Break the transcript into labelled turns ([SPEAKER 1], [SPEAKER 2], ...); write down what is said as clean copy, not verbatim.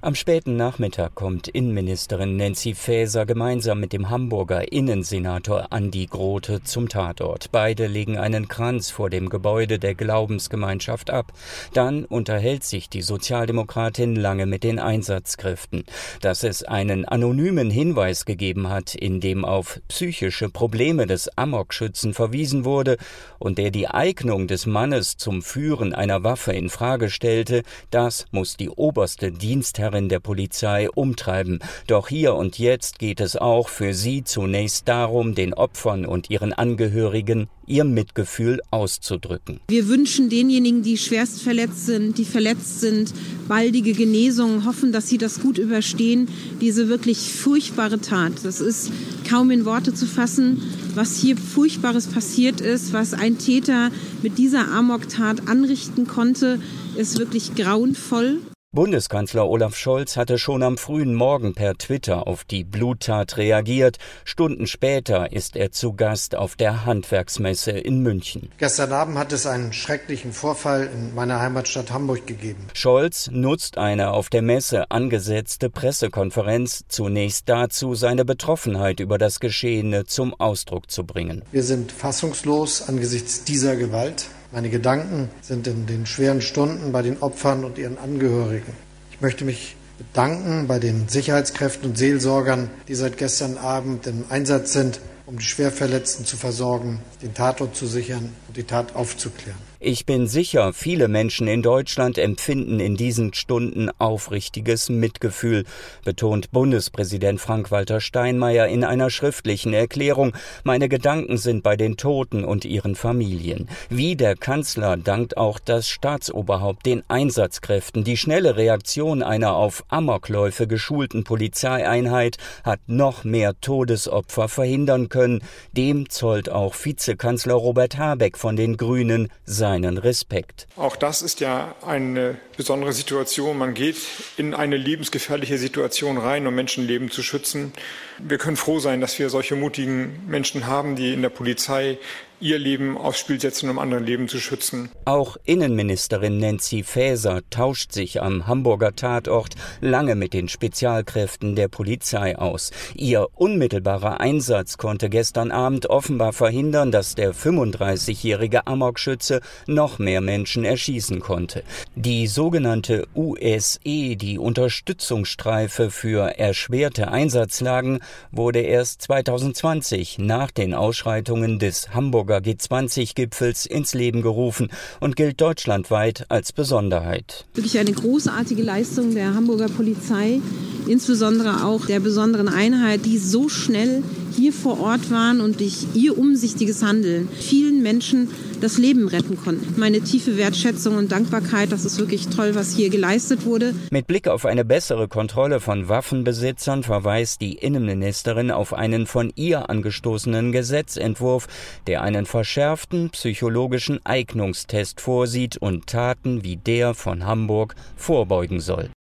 [SPEAKER 1] Am späten Nachmittag kommt Innenministerin Nancy Faeser gemeinsam mit dem Hamburger Innensenator Andi Grote zum Tatort. Beide legen einen Kranz vor dem Gebäude der Glaubensgemeinschaft ab. Dann unterhält sich die Sozialdemokratin lange mit den Einsatzkräften. Dass es einen anonymen Hinweis gegeben hat, in dem auf psychische Probleme des Amokschützen verwiesen wurde und der die Eignung des Mannes zum Führen einer Waffe in Frage stellte, das muss die oberste Dienstherrin der Polizei umtreiben. Doch hier und jetzt geht es auch für sie zunächst darum, den Opfern und ihren Angehörigen ihr Mitgefühl auszudrücken.
[SPEAKER 2] Wir wünschen denjenigen, die schwerst verletzt sind, baldige Genesung, hoffen, dass sie das gut überstehen. Diese wirklich furchtbare Tat. Das ist kaum in Worte zu fassen, was hier Furchtbares passiert ist, was ein Täter mit dieser Amoktat anrichten konnte, ist wirklich grauenvoll.
[SPEAKER 1] Bundeskanzler Olaf Scholz hatte schon am frühen Morgen per Twitter auf die Bluttat reagiert. Stunden später ist er zu Gast auf der Handwerksmesse in München.
[SPEAKER 3] Gestern Abend hat es einen schrecklichen Vorfall in meiner Heimatstadt Hamburg gegeben.
[SPEAKER 1] Scholz nutzt eine auf der Messe angesetzte Pressekonferenz zunächst dazu, seine Betroffenheit über das Geschehene zum Ausdruck zu bringen.
[SPEAKER 3] Wir sind fassungslos angesichts dieser Gewalt. Meine Gedanken sind in den schweren Stunden bei den Opfern und ihren Angehörigen. Ich möchte mich bedanken bei den Sicherheitskräften und Seelsorgern, die seit gestern Abend im Einsatz sind, um die Schwerverletzten zu versorgen, den Tatort zu sichern und die Tat aufzuklären.
[SPEAKER 1] Ich bin sicher, viele Menschen in Deutschland empfinden in diesen Stunden aufrichtiges Mitgefühl, betont Bundespräsident Frank-Walter Steinmeier in einer schriftlichen Erklärung. Meine Gedanken sind bei den Toten und ihren Familien. Wie der Kanzler dankt auch das Staatsoberhaupt den Einsatzkräften. Die schnelle Reaktion einer auf Amokläufe geschulten Polizeieinheit hat noch mehr Todesopfer verhindern können. Dem zollt auch Vizekanzler Robert Habeck von den Grünen seinen Respekt.
[SPEAKER 4] Auch das ist ja eine besondere Situation. Man geht in eine lebensgefährliche Situation rein, um Menschenleben zu schützen. Wir können froh sein, dass wir solche mutigen Menschen haben, die in der Polizei ihr Leben aufs Spiel setzen, um andere Leben zu schützen.
[SPEAKER 1] Auch Innenministerin Nancy Faeser tauscht sich am Hamburger Tatort lange mit den Spezialkräften der Polizei aus. Ihr unmittelbarer Einsatz konnte gestern Abend offenbar verhindern, dass der 35-jährige Amokschütze noch mehr Menschen erschießen konnte. Die sogenannte USE, die Unterstützungsstreife für erschwerte Einsatzlagen, wurde erst 2020 nach den Ausschreitungen des Hamburger G20-Gipfels ins Leben gerufen und gilt deutschlandweit als Besonderheit.
[SPEAKER 2] Wirklich eine großartige Leistung der Hamburger Polizei, insbesondere auch der besonderen Einheit, die so schnell hier vor Ort waren und durch ihr umsichtiges Handeln vielen Menschen das Leben retten konnten. Meine tiefe Wertschätzung und Dankbarkeit, das ist wirklich toll, was hier geleistet wurde.
[SPEAKER 1] Mit Blick auf eine bessere Kontrolle von Waffenbesitzern verweist die Innenministerin auf einen von ihr angestoßenen Gesetzentwurf, der einen verschärften psychologischen Eignungstest vorsieht und Taten wie der von Hamburg vorbeugen soll.